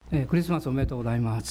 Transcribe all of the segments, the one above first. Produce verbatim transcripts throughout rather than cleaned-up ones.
えー、クリスマスおめでとうございます。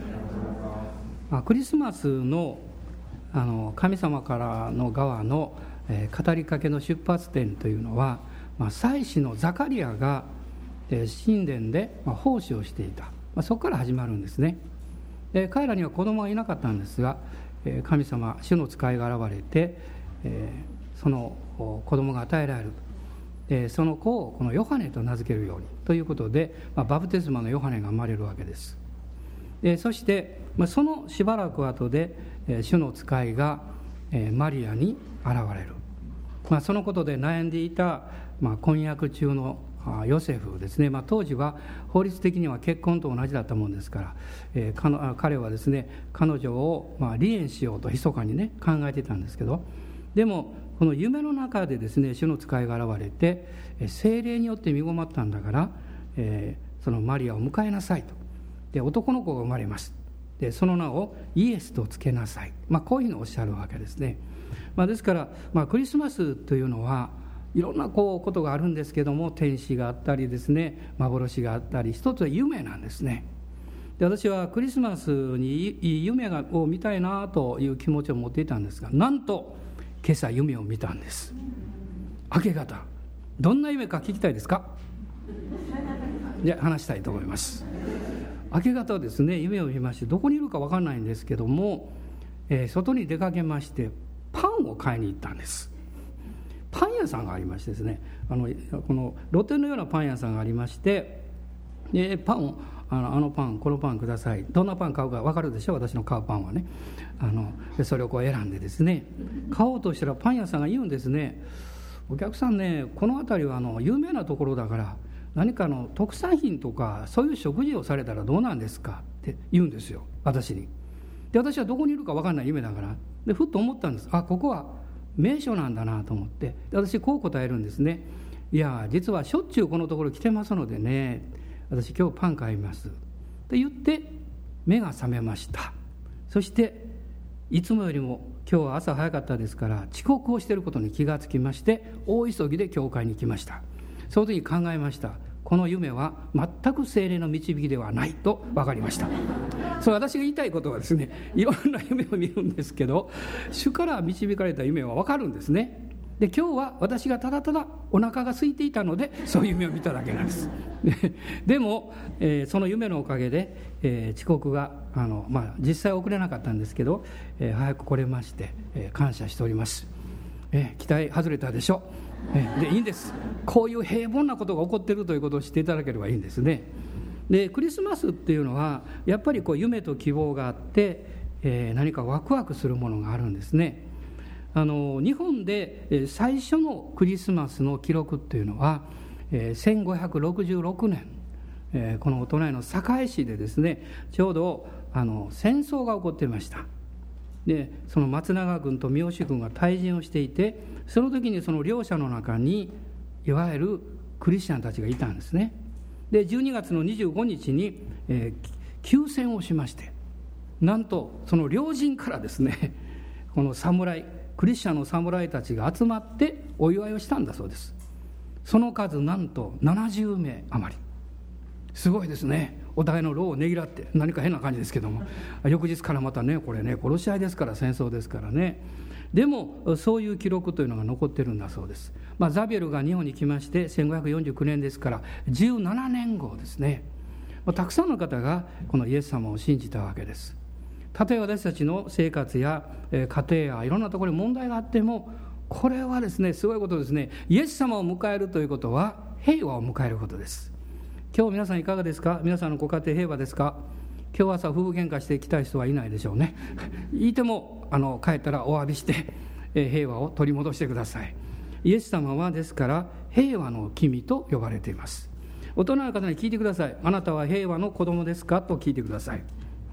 まあ、クリスマスの、あの神様からの側の、えー、語りかけの出発点というのは、まあ、祭司のザカリアが、えー、神殿で、まあ、奉仕をしていた、まあ、そこから始まるんですね。で彼らには子供がいなかったんですが、えー、神様主の使いが現れて、えー、その子供が与えられる、でその子をこのヨハネと名付けるようにということで、まあ、バプテスマのヨハネが生まれるわけです。でそして、まあ、そのしばらく後で、えー、主の使いが、えー、マリアに現れる、まあ、そのことで悩んでいた、まあ、婚約中のヨセフですね、まあ、当時は法律的には結婚と同じだったもんですから、えー、彼はですね彼女を、まあ、離縁しようと密かにね考えていたんですけど、でもこの夢の中でですね主の使いが現れて、聖霊によって身ごもったんだから、えー、そのマリアを迎えなさいと。で男の子が生まれます。でその名をイエスとつけなさい、まあ、こういうふうにおっしゃるわけですね。まあ、ですから、まあ、クリスマスというのはいろんなこうことがあるんですけども、天使があったりですね、幻があったり、一つは夢なんですね。で私はクリスマスにいい夢を見たいなという気持ちを持っていたんですが、なんと今朝夢を見たんです。明け方。どんな夢か聞きたいですか？で話したいと思います。明け方ですね夢を見まして、どこにいるか分からないんですけども、えー、外に出かけましてパンを買いに行ったんです。パン屋さんがありましてですね、あのこの露店のようなパン屋さんがありまして、でパンをあのあのパンこのパンください、どんなパン買うか分かるでしょ、私の買うパンはね。あのでそれをこう選んでですね買おうとしたら、パン屋さんが言うんですね、お客さんね、この辺りはあの有名なところだから何かの特産品とかそういう食事をされたらどうなんですかって言うんですよ、私に。で私はどこにいるか分かんない夢だから、でふっと思ったんです。あ、ここは名所なんだなと思って、で私こう答えるんですね。いや実はしょっちゅうこのところ来てますのでね、私今日パン買いますと言って目が覚めました。そしていつもよりも今日は朝早かったですから遅刻をしていることに気がつきまして、大急ぎで教会に行きました。その時に考えました。この夢は全く聖霊の導きではないと分かりました。そう私が言いたいことはですね、いろんな夢を見るんですけど、主から導かれた夢は分かるんですね。で今日は私がただただお腹が空いていたのでそういう夢を見ただけなんですでも、えー、その夢のおかげで、えー、遅刻があの、まあ、実際遅れなかったんですけど、えー、早く来れまして、えー、感謝しております。えー、期待外れたでしょ。えー、でいいんです。こういう平凡なことが起こっているということを知っていただければいいんですね。でクリスマスっていうのはやっぱりこう夢と希望があって、えー、何かワクワクするものがあるんですね。あの日本で最初のクリスマスの記録っていうのは、えー、せんごひゃくろくじゅうろくねん、えー、このお隣の堺市でですね、ちょうどあの戦争が起こっていました。でその松永軍と三好軍が対陣をしていて、その時にその両者の中にいわゆるクリスチャンたちがいたんですね。でじゅうにがつのにじゅうごにちに、えー、休戦をしまして、なんとその両陣からですねこの侍クリスチャンの侍たちが集まってお祝いをしたんだそうです。その数なんとななじゅうめい余り。すごいですね。お互いの労をねぎらって、何か変な感じですけども、翌日からまたね、これね殺し合いですから、戦争ですからね。でもそういう記録というのが残ってるんだそうです。まあ、ザビエルが日本に来ましてせんごひゃくよんじゅうきゅうねんですからじゅうななねんごですね。まあ、たくさんの方がこのイエス様を信じたわけです。たとえ私たちの生活や家庭やいろんなところに問題があっても、これはですねすごいことですね。イエス様を迎えるということは平和を迎えることです。今日皆さんいかがですか？皆さんのご家庭平和ですか？今日朝夫婦喧嘩してきた人はいないでしょうね。いてもあの帰ったらお詫びして平和を取り戻してください。イエス様はですから平和の君と呼ばれています。大人の方に聞いてください。あなたは平和の子供ですかと聞いてください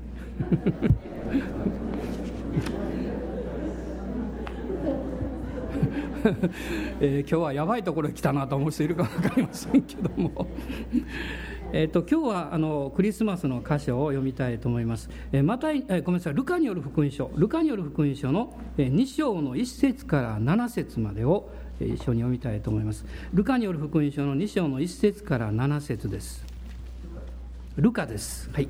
えー、今日はやばいところに来たなと思う人いるか分かりませんけどもえーと今日はあのクリスマスの箇所を読みたいと思います。えー、また、えー、ごめんなさいルカによる福音書ルカによる福音書のに章のいっ節からなな節までを一緒に読みたいと思います。ルカによる福音書のに章のいっ節からなな節です。 ルカです。はい。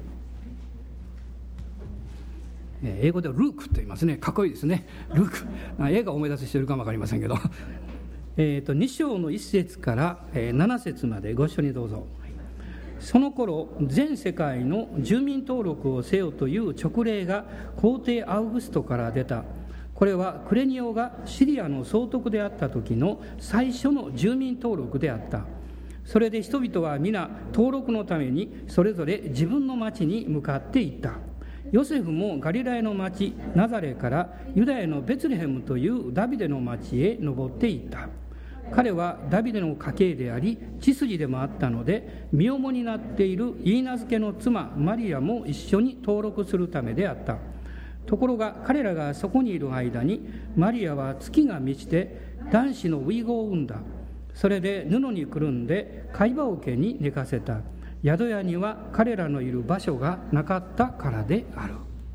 英語ではルークと言いますね。かっこいいですね。ルーク。映画を思い出す人いるかも分かりませんけど。えとに章のいっ節からなな節までご一緒にどうぞ。その頃全世界の住民登録をせよという勅令が皇帝アウグストから出た。これはクレニオがシリアの総督であった時の最初の住民登録であった。それで人々は皆登録のためにそれぞれ自分の町に向かっていった。ヨセフもガリラヤの町ナザレからユダヤのベツレヘムというダビデの町へ登っていった。彼はダビデの家系であり血筋でもあったので、身重になっているイーナ漬けの妻マリアも一緒に登録するためであった。ところが彼らがそこにいる間にマリアは月が満ちて男子の遺語を産んだ。それで布にくるんで貝羽桶に寝かせた。宿屋には彼らのいる場所がなかったからである。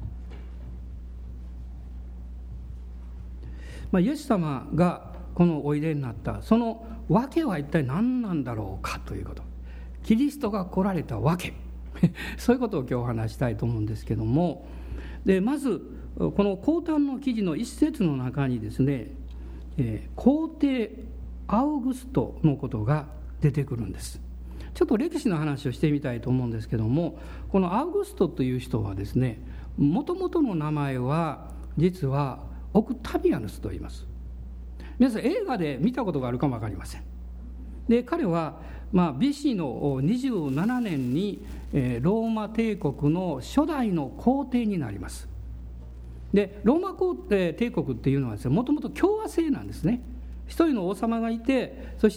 まあ、イエス様がこのおいでになったその訳は一体何なんだろうかということ、キリストが来られた訳そういうことを今日お話したいと思うんですけども、でまずこの講談の記事の一節の中にですね、えー、皇帝アウグストのことが出てくるんです。ちょっと歴史の話をしてみたいと思うんですけども、このアウグストという人はですね、もともとの名前は実はオクタビアヌスと言います。皆さん映画で見たことがあるかも分かりません。で彼は、まあ、ビーシー のにじゅうななねんに、えー、ローマ帝国の初代の皇帝になります。でローマ皇帝帝国っていうのはですね、もともと共和制なんですね。一人の王様がいて、そして、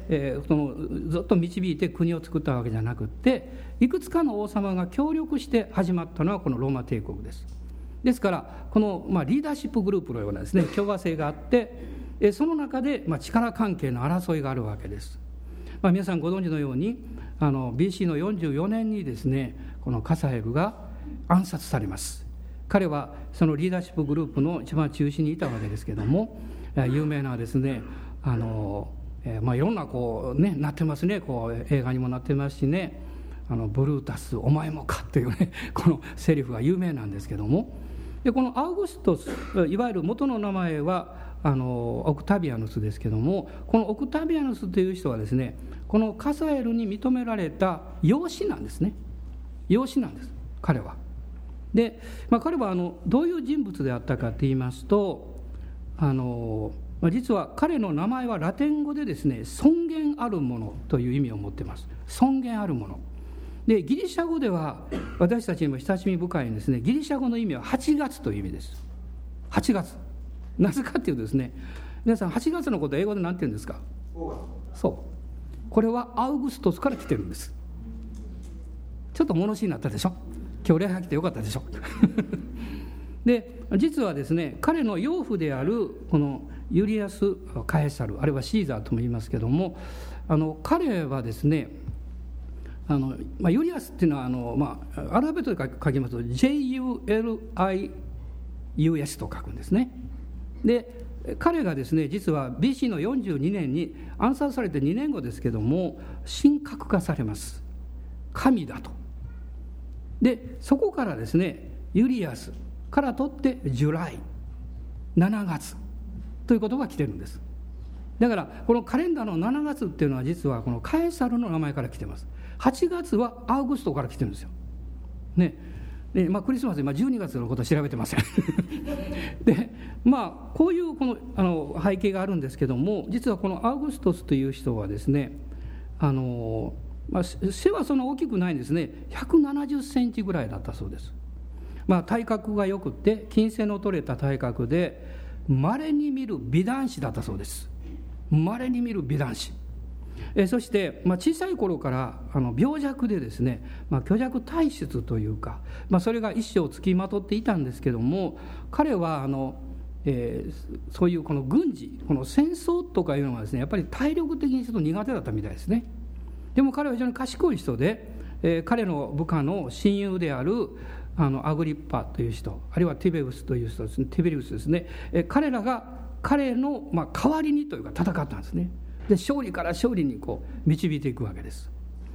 えー、そのずっと導いて国を作ったわけじゃなくって、いくつかの王様が協力して始まったのはこのローマ帝国です。ですからこの、まあ、リーダーシップグループのようなですね共和制があって、その中で、まあ、力関係の争いがあるわけです。まあ、皆さんご存知のようにあの ビーシー のよんじゅうよねんにですね、このカサヘルが暗殺されます。彼はそのリーダーシップグループの一番中心にいたわけですけども、有名なですねあの、えーまあ、いろんなこう、ね、なってますね、こう映画にもなってますしね、あのブルータスお前もかというねこのセリフが有名なんですけども、でこのアウグストス、いわゆる元の名前はあのオクタビアヌスですけども、このオクタビアヌスという人はですね、このカサエルに認められた養子なんですね。養子なんです彼は。で、まあ、彼はあのどういう人物であったかと言いますと、あの実は彼の名前はラテン語でですね、尊厳あるものという意味を持っています。尊厳あるもので、ギリシャ語では私たちにも親しみ深いんですね。ギリシャ語の意味ははちがつという意味です。はちがつ、なぜかっていうとですね、皆さんはちがつのことを英語で何て言うんですか？そう、これはアウグストスから来てるんです。ちょっと物知りになったでしょ。今日礼拝来てよかったでしょで実はですね、彼の養父であるこのユリアス・カエサル、あるいはシーザーとも言いますけども、あの彼はですね、あの、まあ、ユリアスっていうのはあの、まあ、アルファベットで書きますと ジェイユーエルアイユーエス と書くんですね。で彼がですね、実は ビーシー のよんじゅうにねんに暗殺されてにねんごですけども、神格化されます。神だと。でそこからですね、ユリアスから取ってジュライ、しちがつということが来てるんです。だからこのカレンダーのしちがつっていうのは実はこのカエサルの名前から来てます。はちがつはアウグストから来てるんですよ、ね。でまあ、クリスマスで、まあ、じゅうにがつのことは調べてませんでまあこういうこのあの背景があるんですけども、実はこのアウグストスという人はですね、あの、まあ、背はそんな大きくないんですね。ひゃくななじゅっセンチぐらいだったそうです。まあ、体格がよくって筋性の取れた体格で、稀に見る美男子だったそうです。稀に見る美男子。えそして、まあ、小さい頃からあの病弱でですね、まあ、虚弱体質というか、まあ、それが一生つきまとっていたんですけども、彼はあの、えー、そういうこの軍事、この戦争とかいうのはですね、やっぱり体力的にちょっと苦手だったみたいですね。でも彼は非常に賢い人で、えー、彼の部下の親友であるあのアグリッパという人、あるいはティベウスという人ですね、ティベリウスですね、えー、彼らが彼の、まあ、代わりにというか戦ったんですね。で勝利から勝利にこう導いていくわけです。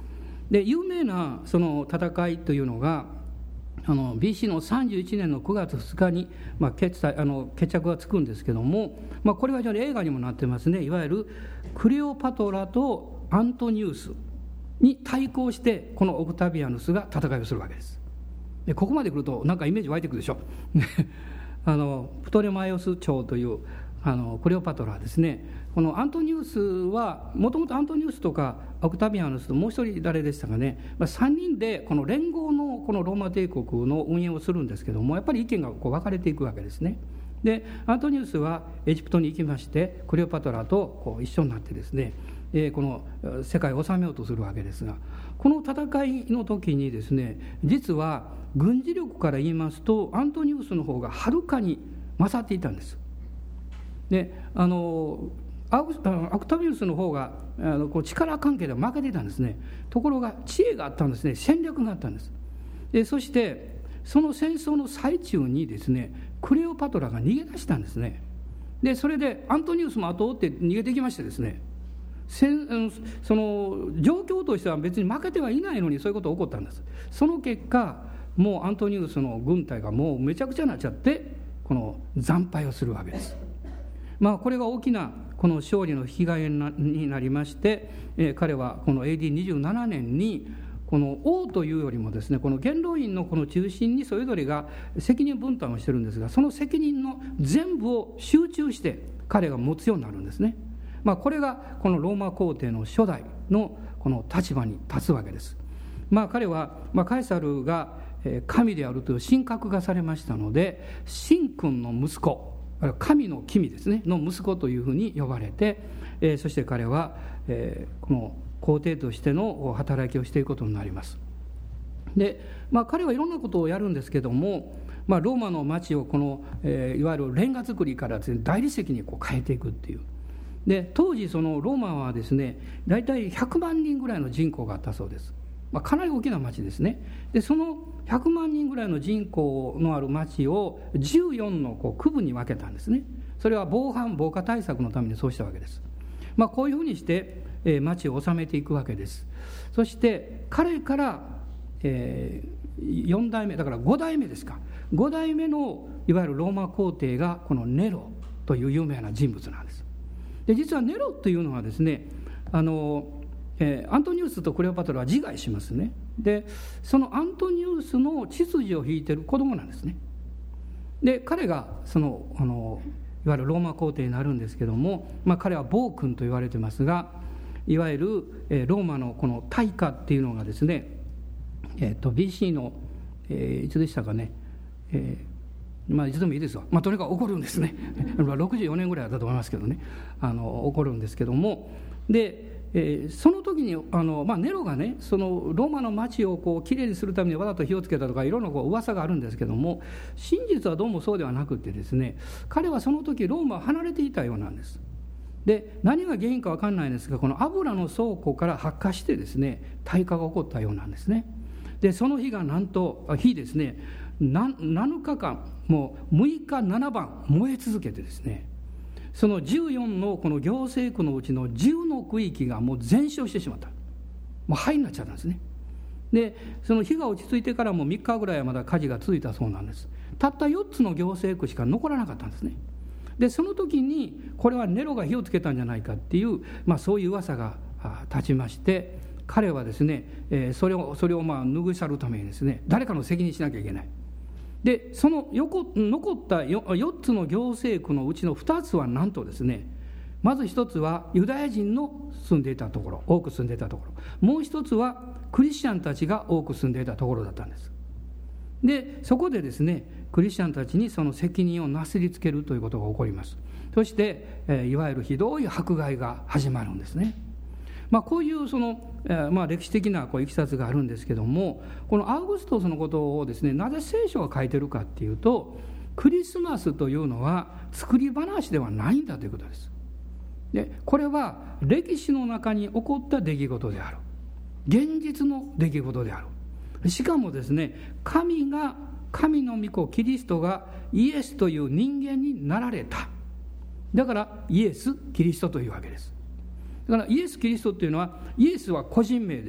で有名なその戦いというのがあの ビーシー のさんじゅういちねんのくがつふつかに、まあ、決, あの決着がつくんですけども、まあ、これは映画にもなってますね。いわゆるクレオパトラとアントニウスに対抗してこのオクタビアヌスが戦いをするわけです。でここまで来るとなんかイメージ湧いてくるでしょあのプトレマイオス朝というあのクレオパトラですね。このアントニウスはもともとアントニウスとかオクタビアヌスともう一人誰でしたかね、まあ、さんにんでこの連合のこのローマ帝国の運営をするんですけども、やっぱり意見がこう分かれていくわけですね。でアントニウスはエジプトに行きましてクレオパトラとこう一緒になってですね、えー、この世界を治めようとするわけですが、この戦いの時にですね、実は軍事力から言いますとアントニウスの方がはるかに勝っていたんです。であのアクタビウスの方があのこう力関係で負けていたんですね。ところが知恵があったんですね。戦略があったんです。でそしてその戦争の最中にですね、クレオパトラが逃げ出したんですね。でそれでアントニウスも後を追って逃げてきましてですね、その状況としては別に負けてはいないのにそういうことが起こったんです。その結果もうアントニウスの軍隊がもうめちゃくちゃになっちゃってこの惨敗をするわけです。まあこれが大きなこの勝利の引き金になりまして、えー、彼はこの エーディーにじゅうななねんにこの王というよりもですね、この元老院のこの中心にそれぞれが責任分担をしてるんですが、その責任の全部を集中して彼が持つようになるんですね。まあ、これがこのローマ皇帝の初代のこの立場に立つわけです。まあ、彼は、まあ、カエサルが神であるという神格化されましたので、神君の息子、神の君ですねの息子というふうに呼ばれて、えー、そして彼は、えー、この皇帝としての働きをしていくことになります。で、まあ、彼はいろんなことをやるんですけども、まあ、ローマの町をこの、えー、いわゆるレンガ造りからですね、大理石にこう変えていくっていう。で当時そのローマはですね、大体ひゃくまんにんぐらいの人口があったそうです。まあ、かなり大きな町ですね。でそのひゃくまんにんぐらいの人口のある町をじゅうよんのこう区分に分けたんですね。それは防犯防火対策のためにそうしたわけです。まあ、こういうふうにして、えー、町を治めていくわけです。そして彼から、えー、よんだいめだからごだいめですか、ごだいめのいわゆるローマ皇帝がこのネロという有名な人物なんです。で実はネロというのはですね、あのえー、アントニウスとクレオパトラは自害しますね。でそのアントニウスの血筋を引いている子供なんですね。で彼がそのあのいわゆるローマ皇帝になるんですけども、まあ、彼は暴君と言われてますが、いわゆる、えー、ローマのこの大化っていうのがですね、えー、と ビーシー の、えー、いつでしたかね、えーまあ、いつでもいいですわ、まあ、とにかく起こるんですねろくじゅうよねんぐらいだと思いますけどね、あの起こるんですけども、でえー、その時にあの、まあ、ネロがね、そのローマの町をこうきれいにするためにわざと火をつけたとかいろんなこう噂があるんですけども、真実はどうもそうではなくてですね、彼はその時ローマを離れていたようなんです。で何が原因か分かんないんですが、この油の倉庫から発火してですね、大火が起こったようなんですね。でその日がなんと日ですね、ななのかかん、もうむいかななばん燃え続けてですね、そのじゅうよんのこの行政区のうちのじゅうの区域がもう全焼してしまった。もう灰になっちゃったんですね。でその火が落ち着いてからもみっかぐらいはまだ火事が続いたそうなんです。たったよっつの行政区しか残らなかったんですね。でその時にこれはネロが火をつけたんじゃないかっていう、まあ、そういう噂が立ちまして、彼はですね、えー、それをそれをまあ拭い去るためにですね、誰かの責任しなきゃいけない。でその横残った 4, よっつの行政区のうちのふたつはなんとですね、まずひとつはユダヤ人の住んでいたところ、多く住んでいたところ、もう一つはクリスチャンたちが多く住んでいたところだったんです。でそこでですね、クリスチャンたちにその責任をなすりつけるということが起こります。そして、えー、いわゆるひどい迫害が始まるんですね。まあ、こういうその、えーまあ、歴史的なこういきさつがあるんですけども、このアウグストスのことをですね、なぜ聖書が書いてるかっていうと、クリスマスというのは作り話ではないんだということです。でこれは歴史の中に起こった出来事である、現実の出来事である。しかもですね、神が神の御子キリストがイエスという人間になられた。だからイエス・キリストというわけです。だからイエス・キリストというのは、イエスは個人名です。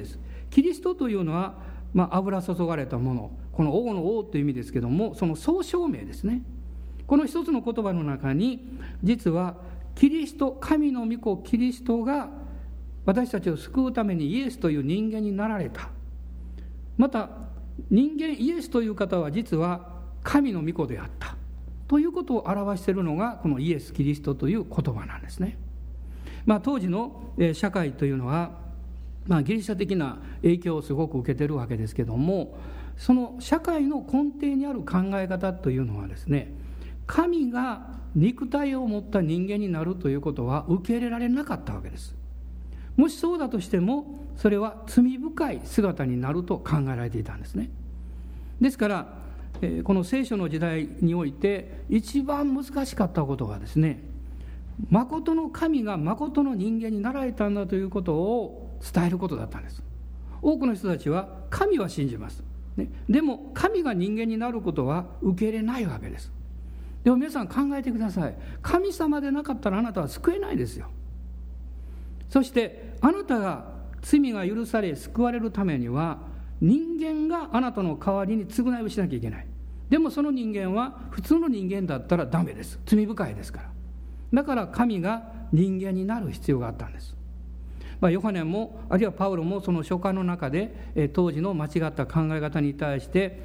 キリストというのは、まあ、油注がれたもの、この王の王という意味ですけども、その総称名ですね。この一つの言葉の中に、実はキリスト、神の御子キリストが私たちを救うためにイエスという人間になられた。また人間イエスという方は実は神の御子であったということを表しているのがこのイエス・キリストという言葉なんですね。まあ、当時の社会というのは、まあ、ギリシャ的な影響をすごく受けているわけですけども、その社会の根底にある考え方というのはですね、神が肉体を持った人間になるということは受け入れられなかったわけです。もしそうだとしても、それは罪深い姿になると考えられていたんですね。ですからこの聖書の時代において一番難しかったことがですね、誠の神が誠の人間になられたんだということを伝えることだったんです。多くの人たちは神は信じます、ね、でも神が人間になることは受け入れないわけです。でも皆さん考えてください。神様でなかったらあなたは救えないですよ。そしてあなたが罪が許され救われるためには、人間があなたの代わりに償いをしなきゃいけない。でもその人間は普通の人間だったらダメです。罪深いですから。だから神が人間になる必要があったんです。まあ、ヨハネもあるいはパウロもその書簡の中で、え当時の間違った考え方に対して、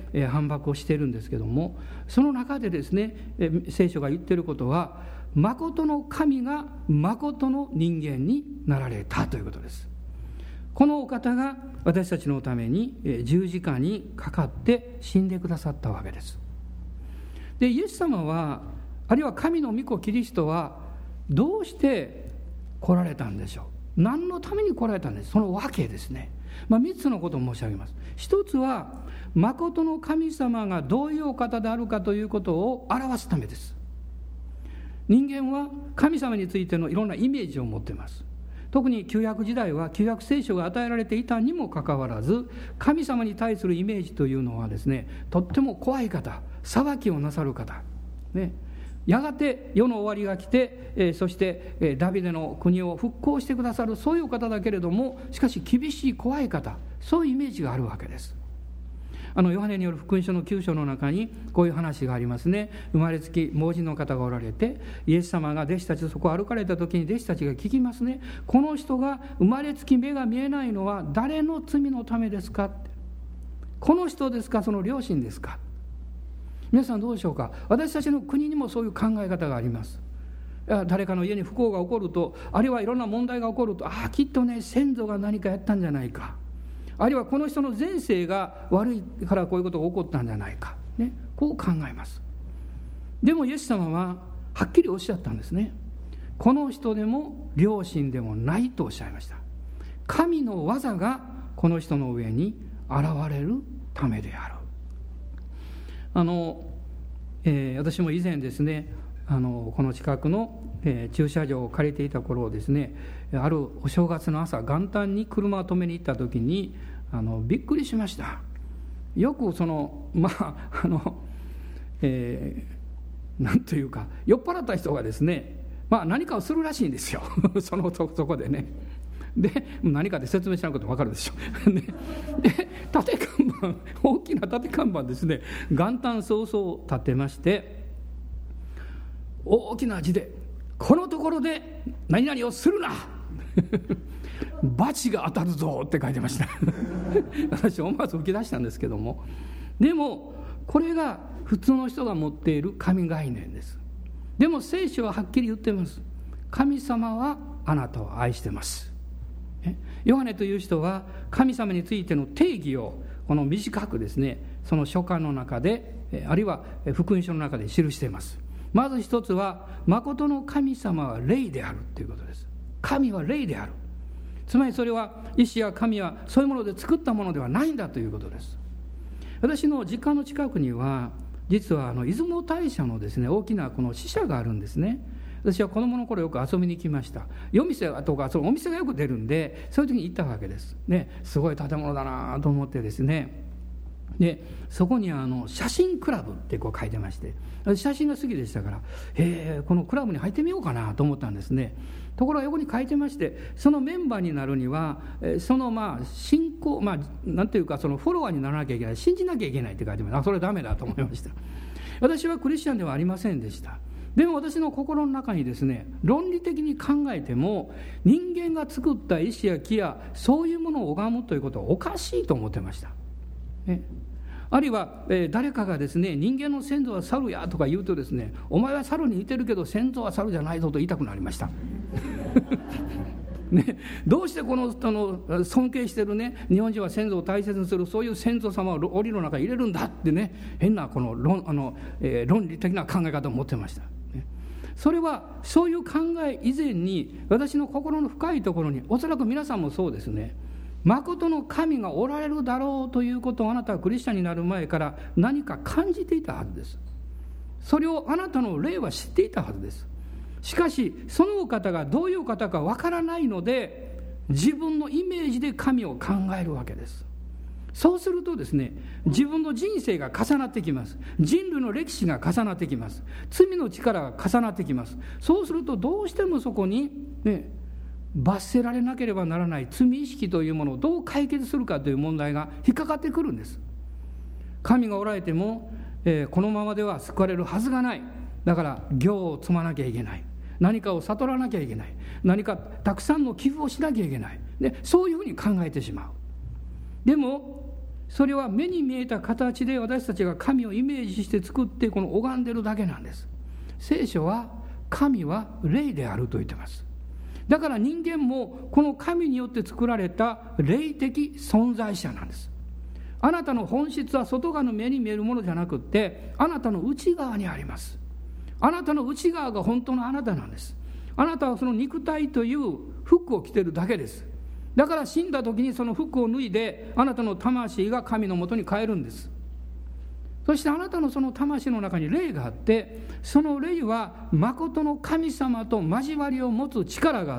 え反駁をしているんですけども、その中でですね、え聖書が言っていることは、誠の神が誠の人間になられたということです。このお方が私たちのために十字架にかかって死んでくださったわけです。で、イエス様は、あるいは神の御子キリストはどうして来られたんでしょう。何のために来られたんです。その訳ですね。まあ、みっつのことを申し上げます。一つは、誠の神様がどういうお方であるかということを表すためです。人間は神様についてのいろんなイメージを持っています。特に旧約時代は旧約聖書が与えられていたにもかかわらず、神様に対するイメージというのはですね、とっても怖い方、裁きをなさる方、ね、やがて世の終わりが来て、えー、そして、えー、ダビデの国を復興してくださる、そういう方だけれども、しかし厳しい怖い方、そういうイメージがあるわけです。あのヨハネによる福音書のきゅう章の中にこういう話がありますね。生まれつき盲人の方がおられて、イエス様が弟子たちとそこを歩かれた時に弟子たちが聞きますね。この人が生まれつき目が見えないのは誰の罪のためですか。この人ですか、その両親ですか。皆さんどうでしょうか。私たちの国にもそういう考え方があります。誰かの家に不幸が起こると、あるいはいろんな問題が起こると、ああきっとね、先祖が何かやったんじゃないか、あるいはこの人の前世が悪いからこういうことが起こったんじゃないか、ね、こう考えます。でもイエス様ははっきりおっしゃったんですね。この人でも両親でもないとおっしゃいました。神の技がこの人の上に現れるためである。あの、えー、私も以前ですね、あのこの近くの、えー、駐車場を借りていた頃ですね、あるお正月の朝、元旦に車を止めに行った時にあのびっくりしました。よくそのまああの、えー、なんというか酔っ払った人がですね、まあ、何かをするらしいんですよそのそこでね。で何かで説明しなくても分かるでしょで, で縦看板、大きな縦看板ですね、元旦早々立てまして、大きな字でこのところで何々をするな罰が当たるぞって書いてました私思わず吹き出したんですけども、でもこれが普通の人が持っている神概念です。でも聖書ははっきり言っています。神様はあなたを愛してます。ヨハネという人は神様についての定義をこの短くですね、その書簡の中で、あるいは福音書の中で記しています。まず一つは、誠の神様は霊であるということです。神は霊である。つまりそれは石や神はそういうもので作ったものではないんだということです。私の実家の近くには実はあの出雲大社のですね、大きなこの支社があるんですね。私は子供の頃よく遊びに行きました。夜店とかそのお店がよく出るんで、そういう時に行ったわけです、ね、すごい建物だなと思ってですね。 でそこにあの写真クラブってこう書いてまして、写真が好きでしたから、へえこのクラブに入ってみようかなと思ったんですね。ところが横に書いてまして、そのメンバーになるにはそのまあ信仰、まあなんていうかそのフォロワーにならなきゃいけない、信じなきゃいけないって書いてます。あ、それはダメだと思いました。私はクリスチャンではありませんでした。でも私の心の中にですね、論理的に考えても人間が作った石や木やそういうものを拝むということはおかしいと思ってました、ね、あるいは、えー、誰かがですね、人間の先祖は猿やとか言うとですね、お前は猿に似てるけど先祖は猿じゃないぞと言いたくなりましたね、どうしてこの人の尊敬してるね、日本人は先祖を大切にするそういう先祖様を檻の中に入れるんだってね、変なこの 論, あの、えー、論理的な考え方を持ってました。それはそういう考え以前に、私の心の深いところに、おそらく皆さんもそうですね、誠の神がおられるだろうということをあなたはクリスチャンになる前から何か感じていたはずです。それをあなたの霊は知っていたはずです。しかしそのお方がどういうお方かわからないので、自分のイメージで神を考えるわけです。そうするとですね、自分の人生が重なってきます。人類の歴史が重なってきます。罪の力が重なってきます。そうするとどうしてもそこにね、罰せられなければならない罪意識というものをどう解決するかという問題が引っかかってくるんです。神がおられても、えー、このままでは救われるはずがない。だから業を積まなきゃいけない、何かを悟らなきゃいけない、何かたくさんの寄付をしなきゃいけない、でそういうふうに考えてしまう。でもそれは目に見えた形で私たちが神をイメージして作ってこの拝んでるだけなんです。聖書は神は霊であると言ってます。だから人間もこの神によって作られた霊的存在者なんです。あなたの本質は外側の目に見えるものじゃなくって、あなたの内側にあります。あなたの内側が本当のあなたなんです。あなたはその肉体という服を着ているだけです。だから死んだ時にその服を脱いで、あなたの魂が神のもとに帰るんです。そしてあなたのその魂の中に霊があって、その霊は誠の神様と交わりを持つ力があって、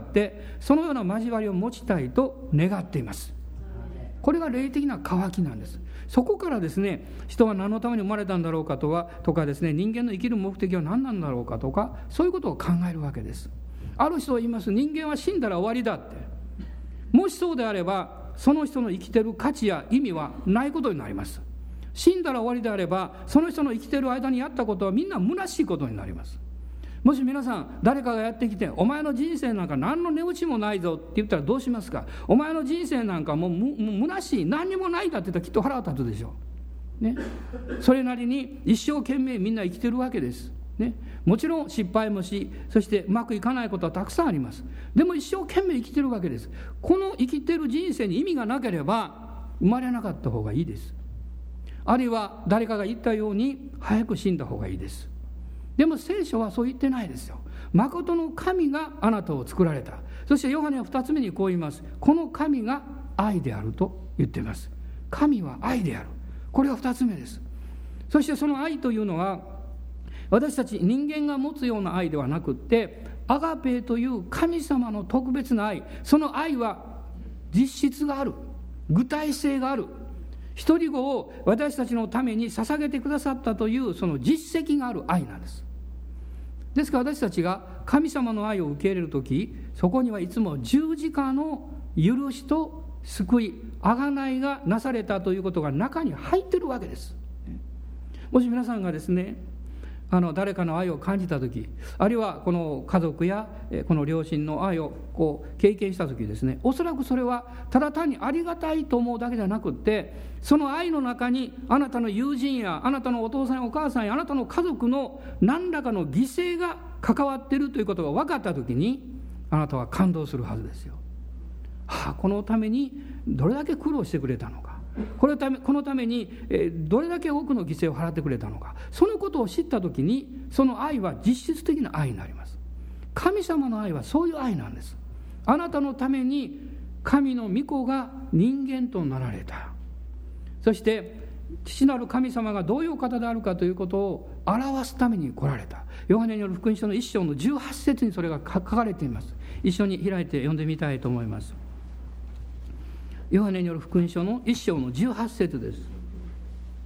そのような交わりを持ちたいと願っています。これが霊的な渇きなんです。そこからですね、人は何のために生まれたんだろうかとか、とかですね、人間の生きる目的は何なんだろうかとか、そういうことを考えるわけです。ある人は言います。人間は死んだら終わりだって。もしそうであれば、その人の生きてる価値や意味はないことになります。死んだら終わりであれば、その人の生きてる間にやったことはみんな虚しいことになります。もし皆さん、誰かがやってきて、お前の人生なんか何の値打ちもないぞって言ったらどうしますか。お前の人生なんかもうむ虚しい、何にもないだって言ったらきっと腹が立つでしょう、ね、それなりに一生懸命みんな生きてるわけです、ね、もちろん失敗もし、そしてうまくいかないことはたくさんあります。でも一生懸命生きてるわけです。この生きてる人生に意味がなければ生まれなかった方がいいです。あるいは誰かが言ったように早く死んだ方がいいです。でも聖書はそう言ってないですよ。誠の神があなたを作られた。そしてヨハネは二つ目にこう言います。この神が愛であると言っています。神は愛である。これが二つ目です。そしてその愛というのは、私たち人間が持つような愛ではなくって、アガペという神様の特別な愛、その愛は実質がある、具体性がある、一人子を私たちのために捧げてくださったというその実績がある愛なんです。ですから私たちが神様の愛を受け入れるとき、そこにはいつも十字架の許しと救い、贖いがなされたということが中に入ってるわけです。もし皆さんがですね、あの誰かの愛を感じたとき、あるいはこの家族やこの両親の愛をこう経験したときですね、おそらくそれはただ単にありがたいと思うだけじゃなくって、その愛の中にあなたの友人やあなたのお父さんやお母さんやあなたの家族の何らかの犠牲が関わっているということが分かったときに、あなたは感動するはずですよ。はあ、このためにどれだけ苦労してくれたのか、このため、このためにどれだけ多くの犠牲を払ってくれたのか、そのことを知ったときに、その愛は実質的な愛になります。神様の愛はそういう愛なんです。あなたのために神の御子が人間となられた。そして父なる神様がどういう方であるかということを表すために来られた。ヨハネによる福音書の一章のじゅうはち節にそれが書かれています。一緒に開いて読んでみたいと思います。ヨハネによる福音書の一章のじゅうはち節です。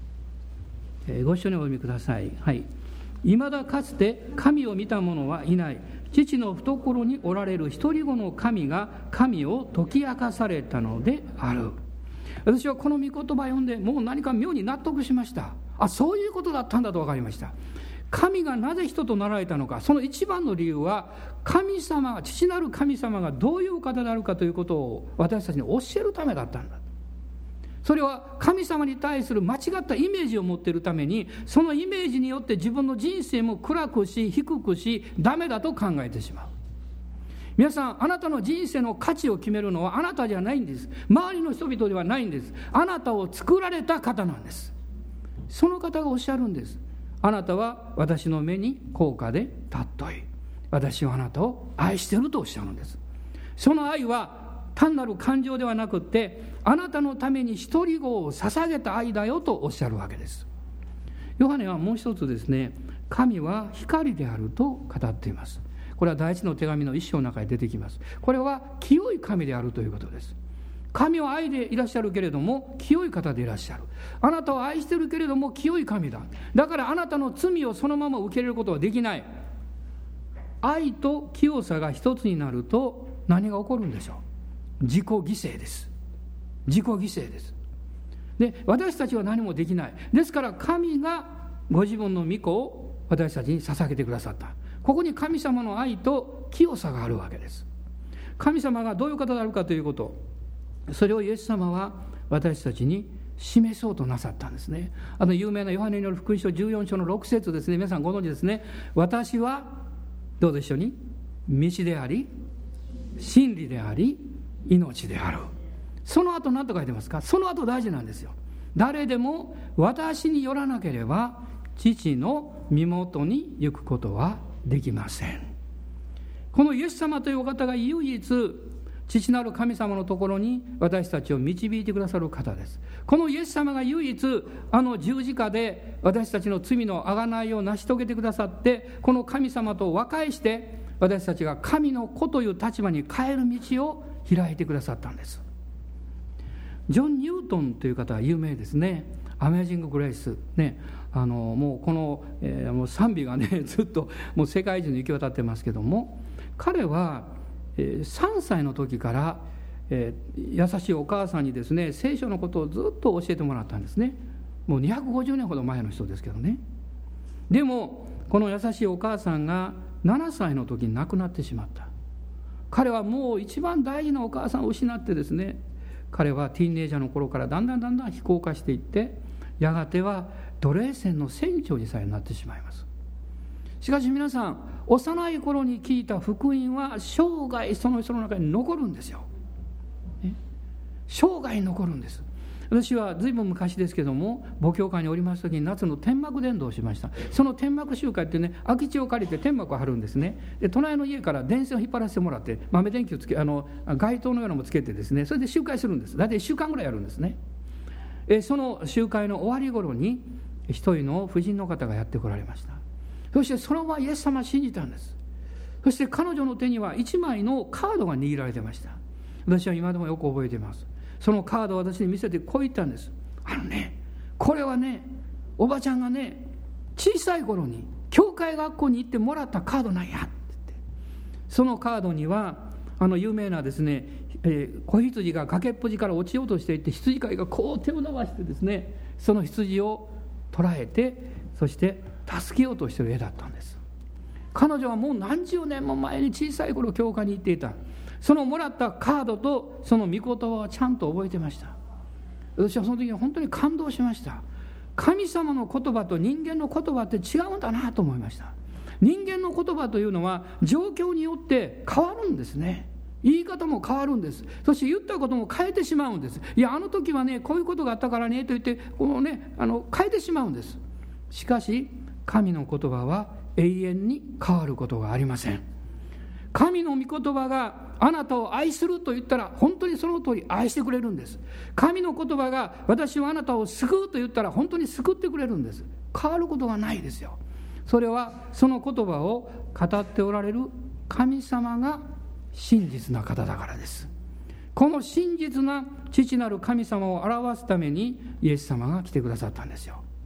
えー、ご一緒にお読みください。はい。いまだかつて神を見た者はいない。父の懐におられる一人子の神が神を解き明かされたのである。私はこの御言葉を読んで、もう何か妙に納得しました。あ、そういうことだったんだと分かりました。神がなぜ人となられたのか、その一番の理由は、神様、父なる神様がどういう方であるかということを私たちに教えるためだったんだ。それは神様に対する間違ったイメージを持っているために、そのイメージによって自分の人生も暗くし低くしダメだと考えてしまう。皆さん、あなたの人生の価値を決めるのはあなたじゃないんです。周りの人々ではないんです。あなたを作られた方なんです。その方がおっしゃるんです。あなたは私の目に高価で尊い。私はあなたを愛しているとおっしゃるんです。その愛は単なる感情ではなくって、あなたのために一人子を捧げた愛だよとおっしゃるわけです。ヨハネはもう一つですね、神は光であると語っています。これは第一の手紙の一章の中に出てきます。これは清い神であるということです。神は愛でいらっしゃるけれども清い方でいらっしゃる。あなたを愛しているけれども清い神だ。だからあなたの罪をそのまま受け入れることはできない。愛と清さが一つになると何が起こるんでしょう。自己犠牲です。自己犠牲です。で、私たちは何もできない。ですから神がご自分の御子を私たちに捧げてくださった。ここに神様の愛と清さがあるわけです。神様がどういう方であるかということ、それをイエス様は私たちに示そうとなさったんですね。あの有名なヨハネによる福音書じゅうよん章のろく節ですね。皆さんご存知ですね。私はどうでしょうに、道であり真理であり命である。その後何と書いてますか。その後大事なんですよ。誰でも私によらなければ父の身元に行くことはできません。このイエス様というお方が唯一父なる神様のところに私たちを導いてくださる方です。このイエス様が唯一あの十字架で私たちの罪の贖いを成し遂げてくださって、この神様と和解して私たちが神の子という立場に変える道を開いてくださったんです。ジョン・ニュートンという方は有名ですね。アメージング・グレイス、ね、あのもうこの、えー、もう賛美がねずっともう世界中に行き渡ってますけども、彼は、えー、さんさいの時から、えー、優しいお母さんにですね聖書のことをずっと教えてもらったんですね。もうにひゃくごじゅうねんほど前の人ですけどね。でもこの優しいお母さんがななさいの時に亡くなってしまった。彼はもう一番大事なお母さんを失ってですね、彼はティーンエイジャーの頃からだんだんだんだん非行化していって、やがては奴隷船の船長にさえなってしまいます。しかし皆さん、幼い頃に聞いた福音は生涯その人の中に残るんですよ、ね、生涯残るんです。私はずいぶん昔ですけども、母教会におります時に夏の天幕伝道をしました。その天幕集会ってね、空き地を借りて天幕を張るんですね。で隣の家から電線を引っ張らせてもらって、豆電球をつけ、あの街灯のようなのもつけてですね、それで集会するんです。大体いっしゅうかんぐらいやるんですね。えその集会の終わり頃に一人の婦人の方がやってこられました。そしてそのままイエス様を信じたんです。そして彼女の手にはいちまいのカードが握られてました。私は今でもよく覚えています。そのカードを私に見せてこう言ったんです。あのね、これはね、おばちゃんがね小さい頃に教会学校に行ってもらったカードなんやって言って、そのカードにはあの有名なですね、えー、子羊が崖っぷちから落ちようとしていて、羊飼いがこう手を伸ばしてですね、その羊を捕らえて、そして助けようとしている絵だったんです。彼女はもう何十年も前に小さい頃教会に行っていた。そのもらったカードとその御言葉はちゃんと覚えてました。私はその時に本当に感動しました。神様の言葉と人間の言葉って違うんだなと思いました。人間の言葉というのは状況によって変わるんですね。言い方も変わるんです。そして言ったことも変えてしまうんです。いや、あの時はねこういうことがあったからねと言ってこの、ね、あの変えてしまうんです。しかし神の言葉は永遠に変わることがありません。神の御言葉があなたを愛すると言ったら本当にその通り愛してくれるんです。神の言葉が私はあなたを救うと言ったら本当に救ってくれるんです。変わることがないですよ。それはその言葉を語っておられる神様が真実な方だからです。この真実な父なる神様を表すためにイエス様が来てくださったんですよ。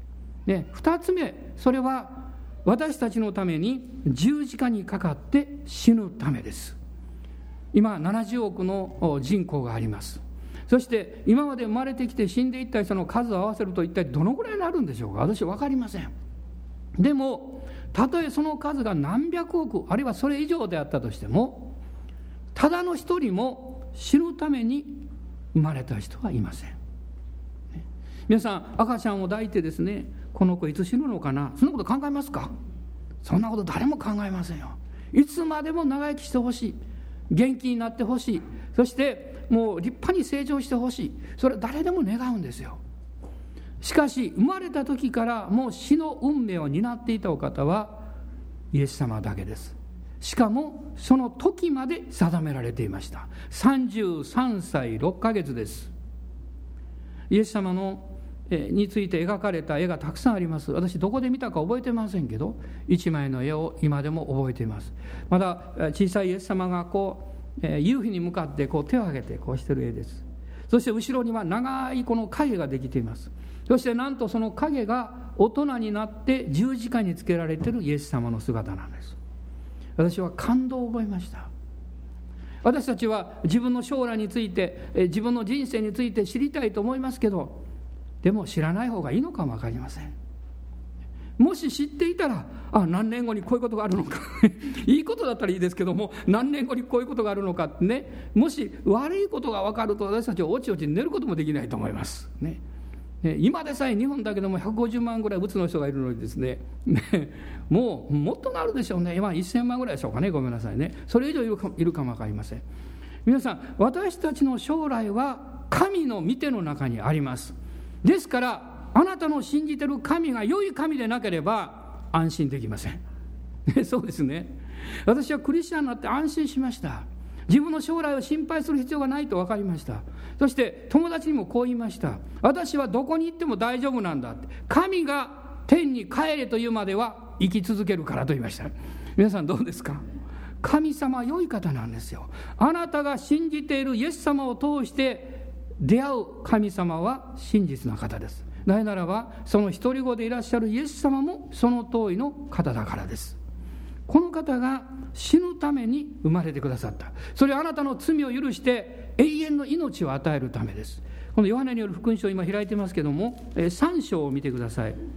ね、ふたつめ、それは私たちのために十字架にかかって死ぬためです。今ななじゅうおくの人口があります。そして今まで生まれてきて死んでいった人の数を合わせると一体どのぐらいになるんでしょうか。私は分かりません。でもたとえその数が何百億あるいはそれ以上であったとしても、ただの一人も死ぬために生まれた人はいません。皆さん、赤ちゃんを抱いてですね、この子いつ死ぬのかな、そんなこと考えますか。そんなこと誰も考えませんよ。いつまでも長生きしてほしい、元気になってほしい、そしてもう立派に成長してほしい、それは誰でも願うんですよ。しかし生まれた時からもう死の運命を担っていたお方はイエス様だけです。しかもその時まで定められていました。さんじゅうさんさいろっかげつです。イエス様のについて描かれた絵がたくさんあります。私どこで見たか覚えてませんけど、一枚の絵を今でも覚えています。まだ小さいイエス様がこう夕日に向かってこう手を挙げてこうしている絵です。そして後ろには長いこの影ができています。そしてなんとその影が大人になって十字架につけられているイエス様の姿なんです。私は感動を覚えました。私たちは自分の将来について、自分の人生について知りたいと思いますけど、でも知らない方がいいのかも分かりません。もし知っていたら、あ、何年後にこういうことがあるのかいいことだったらいいですけども、何年後にこういうことがあるのかってね、もし悪いことが分かると私たちはおちおち寝ることもできないと思いますね。今でさえ日本だけでもひゃくごじゅうまんぐらいうつの人がいるのにですね、もうもっとなるでしょうね。今せんまんぐらいでしょうかね。ごめんなさいね。それ以上いるか、いるかも分かりません。皆さん、私たちの将来は神の御手の中にあります。ですからあなたの信じている神が良い神でなければ安心できませんそうですね。私はクリスチャンになって安心しました。自分の将来を心配する必要がないと分かりました。そして友達にもこう言いました。私はどこに行っても大丈夫なんだって。神が天に帰れというまでは生き続けるからと言いました。皆さんどうですか。神様は良い方なんですよ。あなたが信じているイエス様を通して出会う神様は真実な方です。なぜならばその一人子でいらっしゃるイエス様もその通りの方だからです。この方が死ぬために生まれてくださった。それはあなたの罪を許して永遠の命を与えるためです。このヨハネによる福音書を今開いてますけども、さん章を見てください。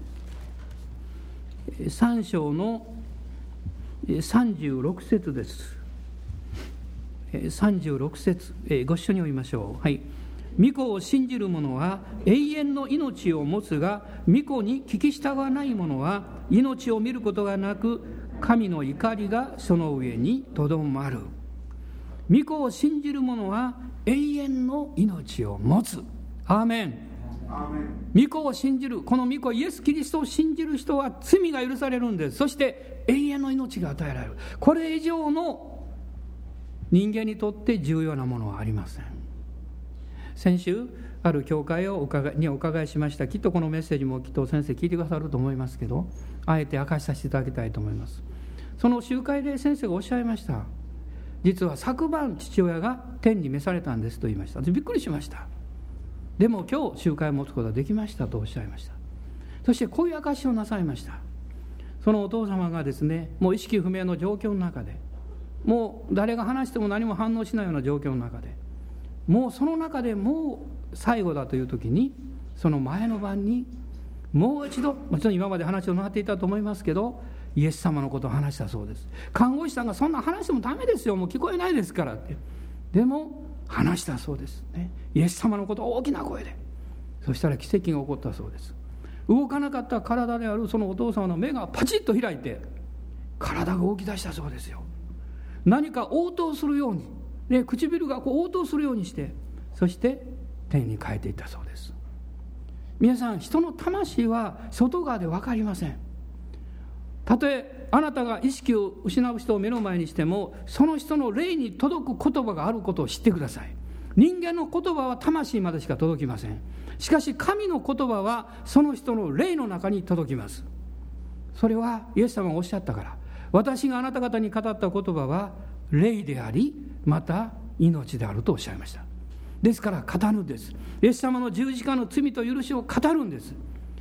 さん章のさんじゅうろく節です。さんじゅうろく節、ご一緒に読みましょう。はい。御子を信じる者は永遠の命を持つが、御子に聞き従わない者は命を見ることがなく、神の怒りがその上にとどまる。御子を信じる者は永遠の命を持つ。アーメン。御子を信じる、この御子イエス・キリストを信じる人は罪が許されるんです。そして永遠の命が与えられる。これ以上の人間にとって重要なものはありません。先週ある教会をお伺いにお伺いしました。きっとこのメッセージもきっと先生聞いてくださると思いますけど、あえて明かしさせていただきたいと思います。その集会で先生がおっしゃいました。実は昨晩父親が天に召されたんですと言いました。びっくりしました。でも今日集会を持つことができましたとおっしゃいました。そしてこういう証しをなさいました。そのお父様がですね、もう意識不明の状況の中で、もう誰が話しても何も反応しないような状況の中で、もうその中でもう最後だという時に、その前の晩にもう一度、もちろん今まで話をなっていたと思いますけど、イエス様のことを話したそうです。看護師さんがそんな話してもダメですよ、もう聞こえないですからって。でも話したそうですね。イエス様のことを大きな声で。そしたら奇跡が起こったそうです。動かなかった体であるそのお父様の目がパチッと開いて、体が動き出したそうですよ。何か応答するように、ね、唇がこう応答するようにして、そして天に帰っていったそうです。皆さん、人の魂は外側で分かりません。たとえあなたが意識を失う人を目の前にしても、その人の霊に届く言葉があることを知ってください。人間の言葉は魂までしか届きません。しかし神の言葉はその人の霊の中に届きます。それはイエス様がおっしゃったから。私があなた方に語った言葉は霊であり、また命であるとおっしゃいました。ですから語るんです。イエス様の十字架の罪と許しを語るんです。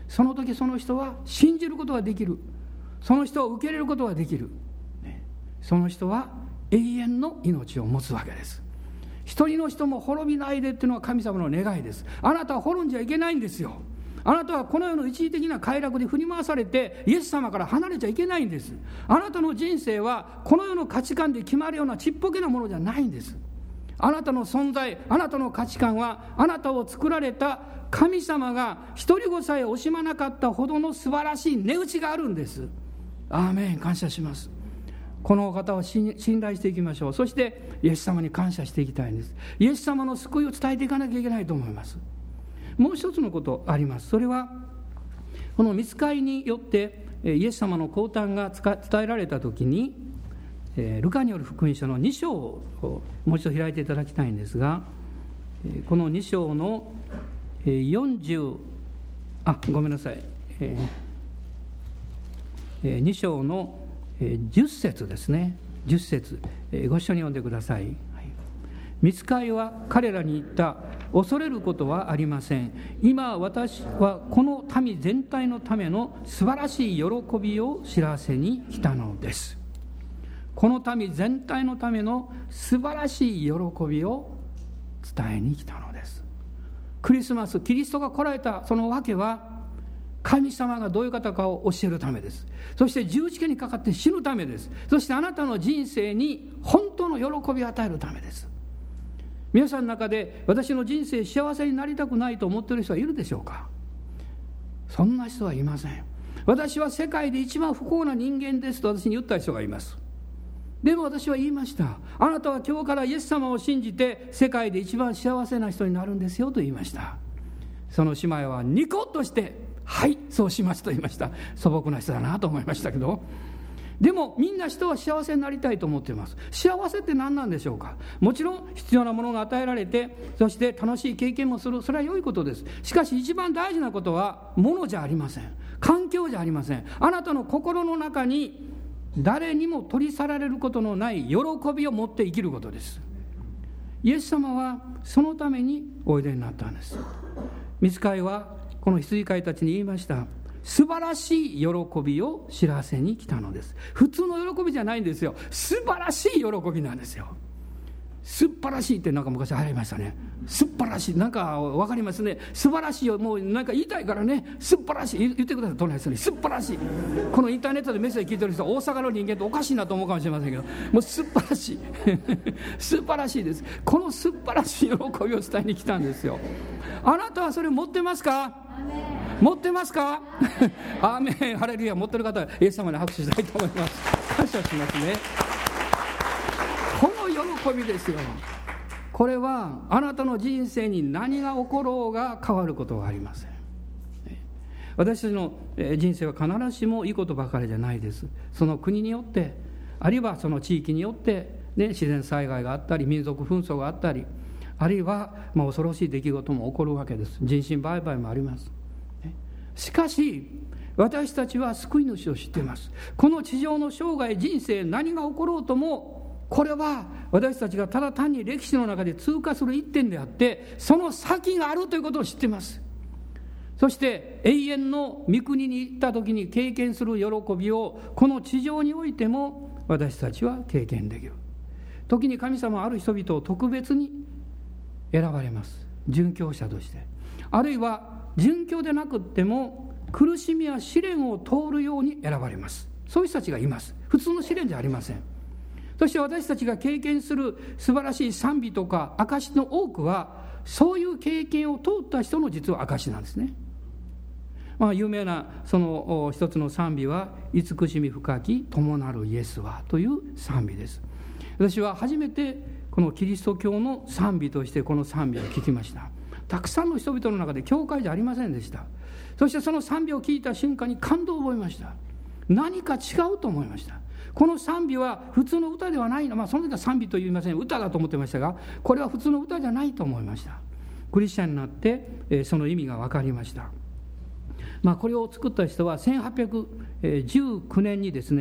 その時その人は信じることができる。その人を受け入れることができる。その人は永遠の命を持つわけです。一人の人も滅びないでっていうのは神様の願いです。あなたは滅んじゃいけないんですよ。あなたはこの世の一時的な快楽で振り回されてイエス様から離れちゃいけないんです。あなたの人生はこの世の価値観で決まるようなちっぽけなものじゃないんです。あなたの存在、あなたの価値観はあなたを作られた神様が一人子さえ惜しまなかったほどの素晴らしい値打ちがあるんです。アーメン。感謝します。この方を信頼していきましょう。そしてイエス様に感謝していきたいんです。イエス様の救いを伝えていかなきゃいけないと思います。もう一つのことあります。それはこの御使いによってイエス様の降誕が伝えられたときに、ルカによる福音書のに章をもう一度開いていただきたいんですが、このに章のよんじゅうあごめんなさいに章のじゅっ節ですね。じゅっ節ご一緒に読んでください。御使いは彼らに言った。恐れることはありません。今私はこの民全体のための素晴らしい喜びを知らせに来たのです。この民全体のための素晴らしい喜びを伝えに来たのです。クリスマス、キリストが来られたその訳は、神様がどういう方かを教えるためです。そして十字架にかかって死ぬためです。そしてあなたの人生に本当の喜びを与えるためです。皆さんの中で私の人生幸せになりたくないと思っている人はいるでしょうか。そんな人はいません。私は世界で一番不幸な人間ですと私に言った人がいます。でも私は言いました。あなたは今日からイエス様を信じて世界で一番幸せな人になるんですよと言いました。その姉妹はニコッとして、はいそうしますと言いました。素朴な人だなと思いましたけど、でもみんな人は幸せになりたいと思っています。幸せって何なんでしょうか。もちろん必要なものが与えられて、そして楽しい経験もする、それは良いことです。しかし一番大事なことは物じゃありません。環境じゃありません。あなたの心の中に誰にも取り去られることのない喜びを持って生きることです。イエス様はそのためにおいでになったんです。御使いはこの羊飼いたちに言いました。素晴らしい喜びを知らせに来たのです。普通の喜びじゃないんですよ。素晴らしい喜びなんですよ。素晴らしいってなんか昔流行りましたね。素晴らしい、なんか分かりますね。素晴らしいをもうなんか言いたいからね、素晴らしい言ってください。隣の人に素晴らしい。このインターネットでメッセージ聞いてる人は大阪の人間っておかしいなと思うかもしれませんけど、もう素晴らしい素晴らしいです。この素晴らしい喜びを伝えに来たんですよ。あなたはそれ持ってますか？持ってますか？アーメン、ハレルヤ。持ってる方はイエス様に拍手したいと思います。感謝しますね。この喜びですよ。これはあなたの人生に何が起ころうが変わることはありません。私たちの人生は必ずしもいいことばかりじゃないです。その国によって、あるいはその地域によって、ね、自然災害があったり、民族紛争があったり、あるいはまあ恐ろしい出来事も起こるわけです。人身売買もあります。しかし私たちは救い主を知っています。この地上の生涯人生何が起ころうとも、これは私たちがただ単に歴史の中で通過する一点であって、その先があるということを知っています。そして永遠の御国に行った時に経験する喜びをこの地上においても私たちは経験できる。時に神様はある人々を特別に選ばれます。殉教者として、あるいは殉教でなくっても苦しみや試練を通るように選ばれます。そういう人たちがいます。普通の試練じゃありません。そして私たちが経験する素晴らしい賛美とか証の多くは、そういう経験を通った人の実は証なんですね。まあ、有名なその一つの賛美は、慈しみ深き友なるイエスはという賛美です。私は初めてこのキリスト教の賛美としてこの賛美を聞きました。たくさんの人々の中で教会じゃありませんでした。そしてその賛美を聞いた瞬間に感動を覚えました。何か違うと思いました。この賛美は普通の歌ではないの、まあその時は賛美と言いません、歌だと思ってましたが、これは普通の歌じゃないと思いました。クリスチャンになって、えー、その意味が分かりました。まあ、これを作った人はせんはっぴゃくじゅうきゅうねんにですね、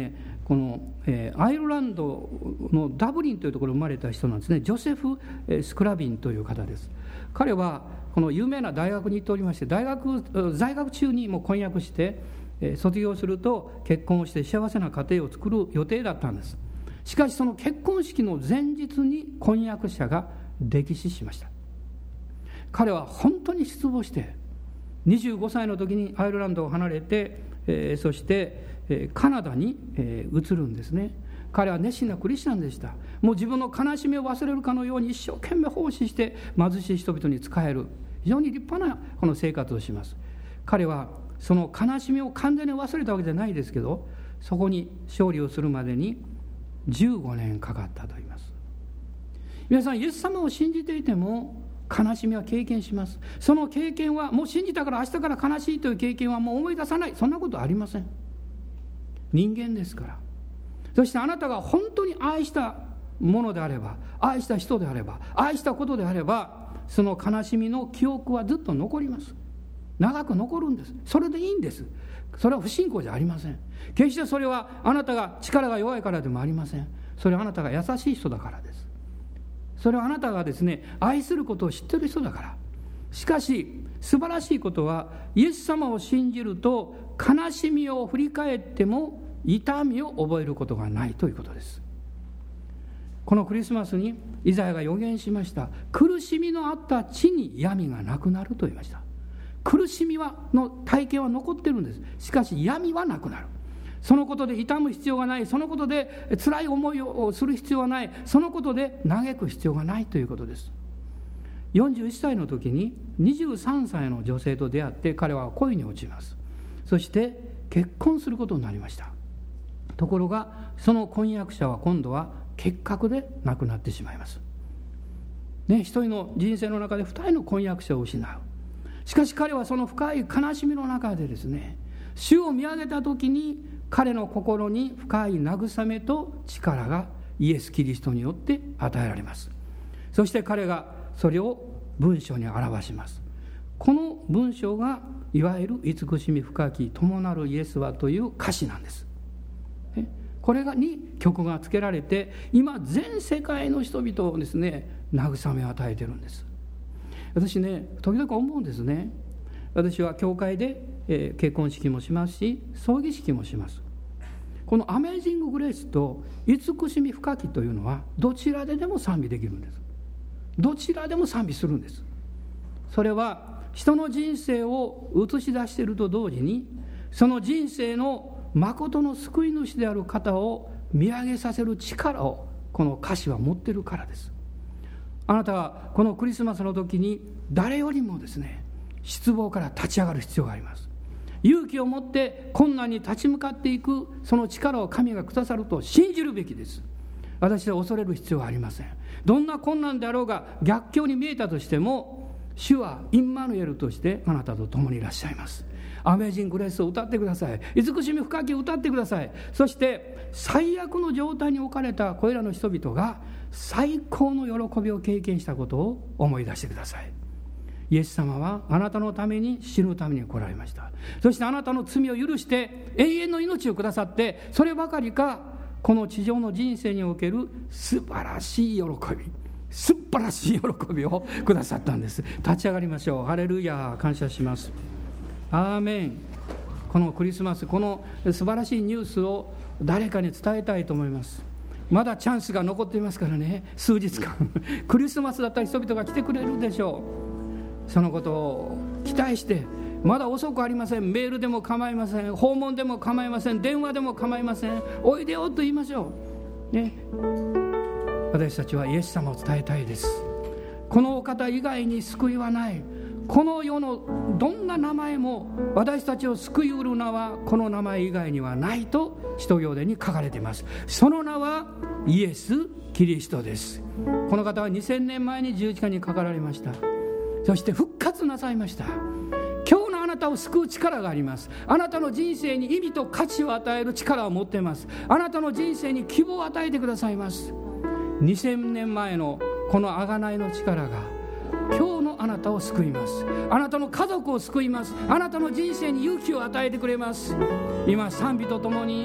この、えー、アイルランドのダブリンというところに生まれた人なんですね。ジョセフ・スクラビンという方です。彼はこの有名な大学に行っておりまして、大学在学中にもう婚約して、えー、卒業すると結婚をして幸せな家庭を作る予定だったんです。しかしその結婚式の前日に婚約者が溺死しました。彼は本当に失望してにじゅうごさいの時にアイルランドを離れて、えー、そしてカナダに移るんですね。彼は熱心なクリスチャンでした。もう自分の悲しみを忘れるかのように一生懸命奉仕して貧しい人々に仕える非常に立派なこの生活をします。彼はその悲しみを完全に忘れたわけじゃないですけど、そこに勝利をするまでにじゅうごねんかかったと言います。皆さん、イエス様を信じていても悲しみは経験します。その経験はもう信じたから明日から悲しいという経験はもう思い出さない、そんなことはありません。人間ですから。そしてあなたが本当に愛したものであれば、愛した人であれば、愛したことであれば、その悲しみの記憶はずっと残ります。長く残るんです。それでいいんです。それは不信仰じゃありません。決してそれはあなたが力が弱いからでもありません。それはあなたが優しい人だからです。それはあなたがですね、愛することを知っている人だから。しかし素晴らしいことは、イエス様を信じると悲しみを振り返っても痛みを覚えることがないということです。このクリスマスにイザヤが予言しました。苦しみのあった地に闇がなくなると言いました。苦しみはの体験は残ってるんです。しかし闇はなくなる。そのことで痛む必要がない、そのことで辛い思いをする必要はない、そのことで嘆く必要がないということです。よんじゅういっさいの時ににじゅうさんさいの女性と出会って、彼は恋に落ちます。そして結婚することになりました。ところがその婚約者は今度は結核で亡くなってしまいます、ね、一人の人生の中で二人の婚約者を失う。しかし彼はその深い悲しみの中でですね、主を見上げた時に彼の心に深い慰めと力がイエス・キリストによって与えられます。そして彼がそれを文章に表します。この文章がいわゆる慈しみ深き友なるイエスはという歌詞なんです。これに曲がつけられて、今全世界の人々をですね、慰めを与えているんです。私ね、時々思うんですね。私は教会で、えー、結婚式もしますし、葬儀式もします。このアメージンググレースと慈しみ深きというのはどちらででも賛美できるんです。どちらでも賛美するんです。それは人の人生を映し出していると同時に、その人生の誠の救い主である方を見上げさせる力をこの歌詞は持っているからです。あなたはこのクリスマスの時に誰よりもですね、失望から立ち上がる必要があります。勇気を持って困難に立ち向かっていく、その力を神がくださると信じるべきです。私は恐れる必要はありません。どんな困難であろうが逆境に見えたとしても、主はインマヌエルとしてあなたと共にいらっしゃいます。アメージンググレースを歌ってください。慈しみ深きを歌ってください。そして最悪の状態に置かれたこれらの人々が最高の喜びを経験したことを思い出してください。イエス様はあなたのために死ぬために来られました。そしてあなたの罪を許して永遠の命をくださって、そればかりかこの地上の人生における素晴らしい喜び、素晴らしい喜びをくださったんです。立ち上がりましょう。ハレルヤ、感謝します。アーメン。このクリスマス、この素晴らしいニュースを誰かに伝えたいと思います。まだチャンスが残っていますからね、数日間クリスマスだったら人々が来てくれるでしょう。そのことを期待して、まだ遅くありません。メールでも構いません、訪問でも構いません、電話でも構いません。おいでよと言いましょう、ね、私たちはイエス様を伝えたいです。このお方以外に救いはない。この世のどんな名前も私たちを救いうる名はこの名前以外にはないと使徒行伝に書かれています。その名はイエス・キリストです。この方はにせんねんまえに十字架にかかられました。そして復活なさいました。今日のあなたを救う力があります。あなたの人生に意味と価値を与える力を持っています。あなたの人生に希望を与えてくださいます。にせんねんまえのこの贖いの力が今日のあなたを救います。あなたの家族を救います。あなたの人生に勇気を与えてくれます。今賛美とともに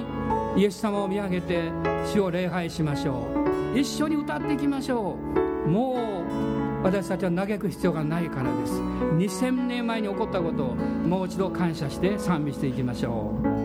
イエス様を見上げて主を礼拝しましょう。一緒に歌っていきましょう。もう私たちは嘆く必要がないからです。にせんねんまえに起こったことをもう一度感謝して賛美していきましょう。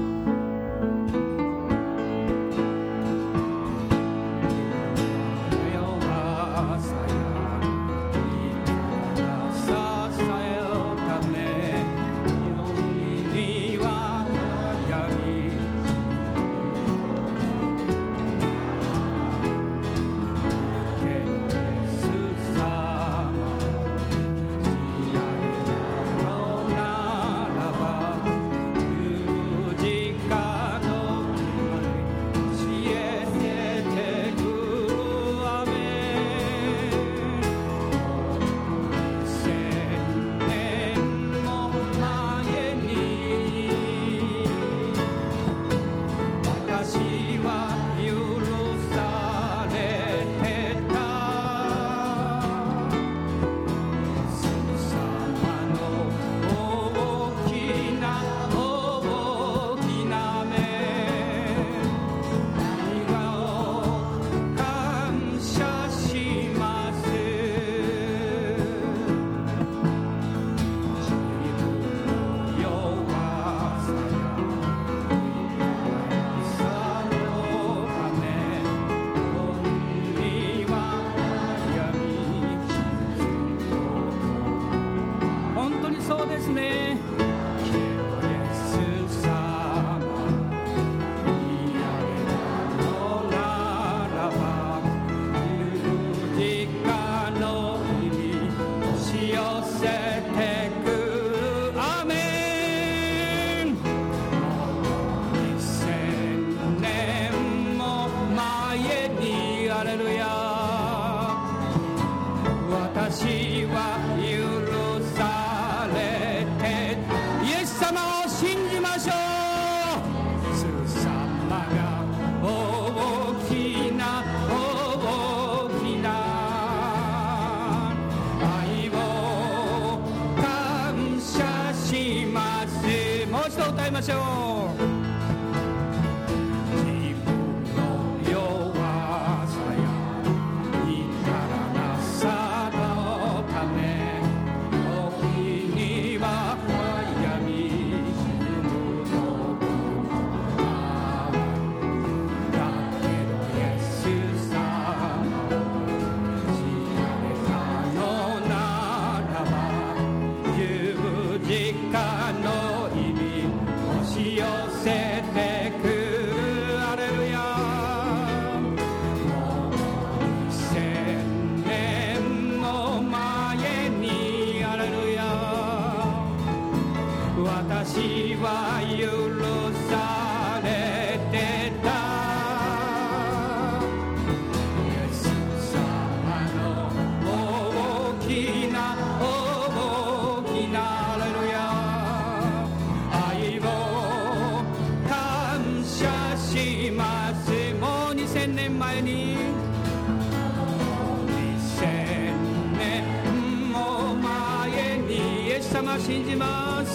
信じます。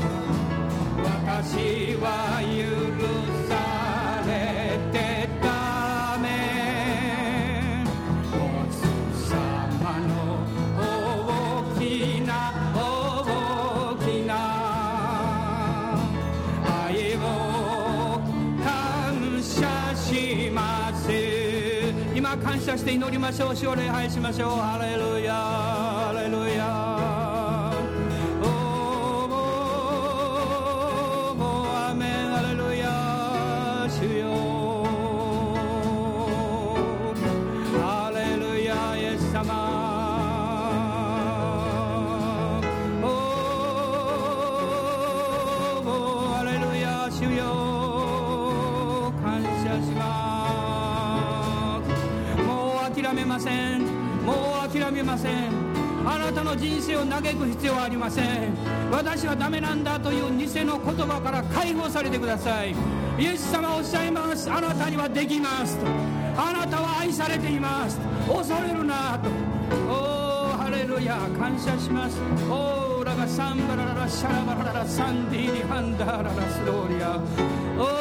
私は許されてため、お父様の大きな大きな愛を感謝します。今感謝して祈りましょう。主を礼拝しましょう。ハレルヤハレルヤ。あなたの人生を嘆く必要はありません。私はダメなんだという偽の言葉から解放されてください。イエス様おっしゃいます。あなたにはできますと。あなたは愛されていますと。恐れるなと。おーハレルヤ感謝します。オーラがサンバラララシャラバラララサンディーリハンダーララスローリア。おー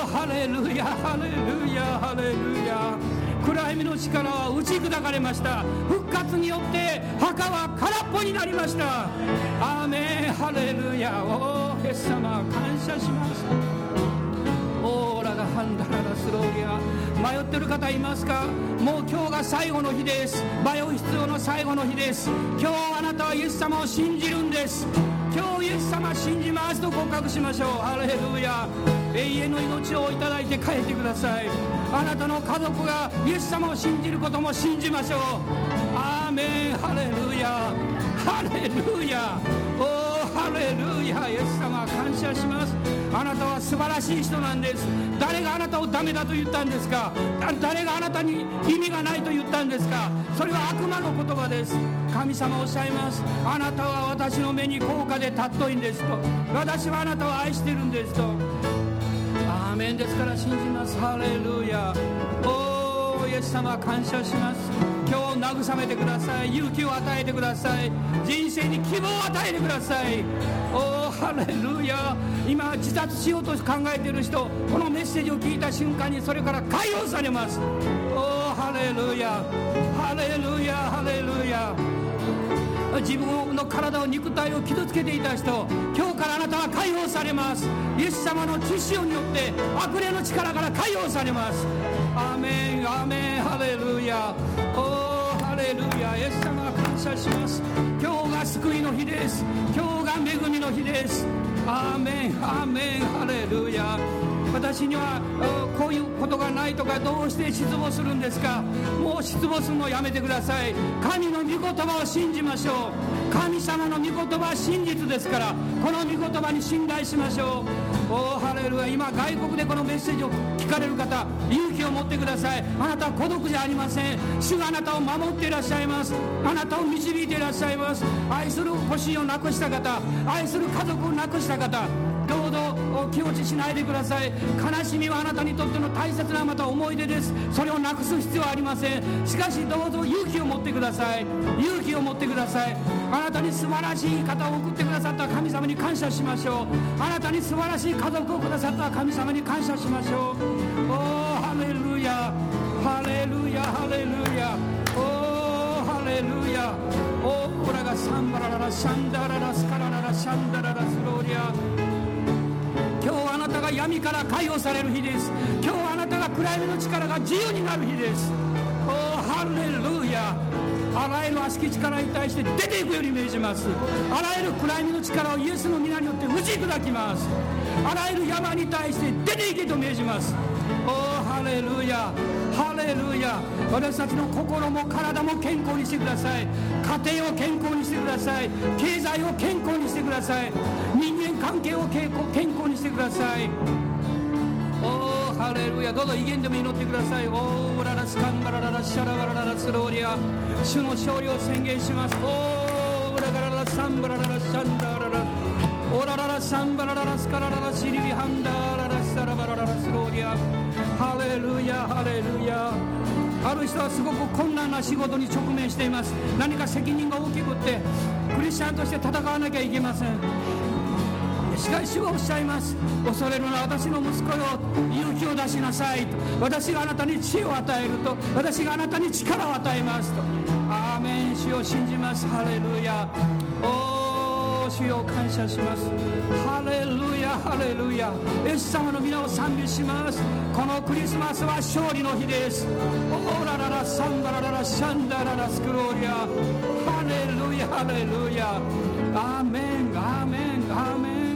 ハレルヤハレルヤハレルヤ。暗闇の力は打ち砕かれました。復活によって墓は空っぽになりました。アーメンハレルヤ。おーイエス様感謝します。オーラがハンダララスローリア。迷ってる方いますか？もう今日が最後の日です。迷う必要の最後の日です。今日あなたはイエス様を信じるんです。今日イエス様信じますと告白しましょう。ハレルヤ。永遠の命をいただいて帰ってください。あなたの家族がイエス様を信じることも信じましょう。アーメンハレルヤハレルヤ。おーハレルヤ。イエス様感謝します。あなたは素晴らしい人なんです。誰があなたをダメだと言ったんですか？誰があなたに意味がないと言ったんですか？それは悪魔の言葉です。神様おっしゃいます。あなたは私の目に高価で尊いんですと。私はあなたを愛してるんですと。アーメンですから信じます。ハレルヤ。おーイエス様感謝します。今日慰めてください。勇気を与えてください。人生に希望を与えてください。おーハレルヤ。今自殺しようと考えている人、このメッセージを聞いた瞬間にそれから解放されます。おーハレルヤハレルヤハレルヤ。自分の体を肉体を傷つけていた人、今日からあなたは解放されます。イエス様の血潮によって悪霊の力から解放されます。アーメンアーメンハレルヤ。おーハレルヤ。イエス様感謝します。今日が救いの日です。今日が恵みの日です。アーメンアーメンハレルヤ。私にはこういうことがないとか、どうして失望するんですか？もう失望するのをやめてください。神の御言葉を信じましょう。神様の御言葉は真実ですから、この御言葉に信頼しましょう。おーハレルヤ。今外国でこのメッセージを聞かれる方、勇気を持ってください。あなたは孤独じゃありません。主があなたを守っていらっしゃいます。あなたを導いていらっしゃいます。愛する欲しいをなくした方、愛する家族をなくした方、どうぞ気落ちしないでください。悲しみはあなたにとっての大切なまた思い出です。それをなくす必要はありません。しかしどうぞ勇気を持ってください。勇気を持ってください。あなたに素晴らしい方を送ってくださった神様に感謝しましょう。あなたに素晴らしい家族をくださった神様に感謝しましょう。おーハレルヤハレルヤハレルヤ。おーハレルヤ。おーオラがサンバラララシャンダララスカラララシャンダララスローリア。今日あなたが闇から解放される日です。今日あなたが暗闇の力が自由になる日です。おーハレルヤ。あらゆる悪しき力に対して出ていくように命じます。あらゆる暗闇の力をイエスの皆によって打ち砕きます。あらゆる山に対して出ていけと命じます。おーハレルヤハレルヤ。私たちの心も体も健康にしてください。家庭を健康にしてください。経済を健康にしてください。人間関係を健康にしてください。おーハレルヤ。どうぞ威厳でも祈ってください。おーララスカンバラララシャラバラララスローリア。主の勝利を宣言します。おーラガララサンバラララシャンダララオラララサンバラララスカラララシリビハンダララサラバラララスローリア。ハレルヤハレルヤ。ある人はすごく困難な仕事に直面しています。何か責任が大きくってクリスチャンとして戦わなきゃいけません。しかし主はおっしゃいます。恐れるのは私の息子よ、勇気を出しなさいと。私があなたに知恵を与えると、私があなたに力を与えますと。アーメン。主を信じます。ハレルヤ。おー主よ感謝します。ハレルヤハレルヤ。イエス様の皆を賛美します。このクリスマスは勝利の日です。オーラララサンバラララシャンダララスクローリア。ハレルヤハレルヤ。アーメンアーメンアーメン。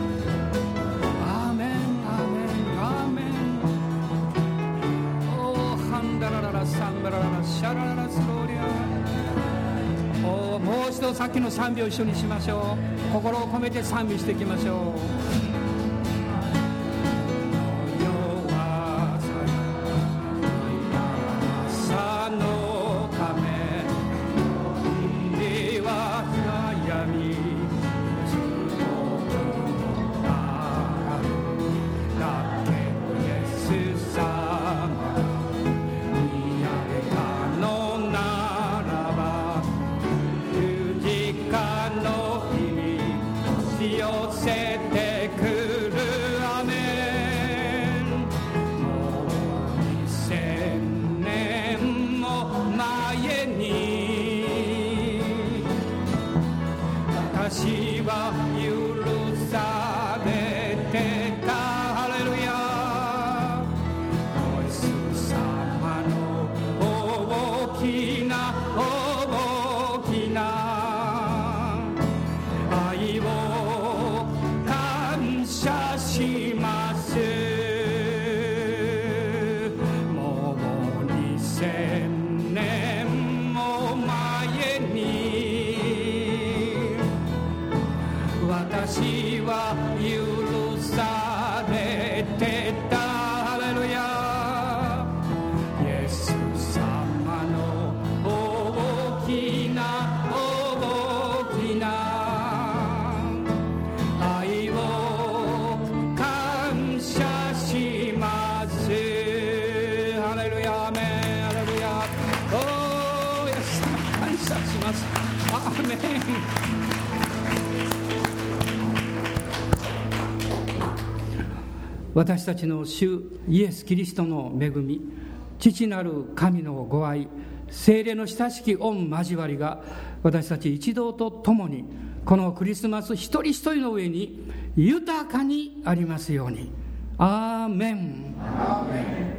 サンバラララシャラララスローリア。おもう一度さっきの賛美を一緒にしましょう。心を込めて賛美していきましょう。寄せて私は許されてた。ハレルヤ。イエス様の大きな大きな愛を感謝します。ハレルヤ。アーメン。ハレルヤ。おー、イエス様感謝します。アーメン。私たちの主イエス・キリストの恵み、父なる神のご愛、聖霊の親しき御交わりが私たち一同と共にこのクリスマス一人一人の上に豊かにありますように。アーメン。アーメン。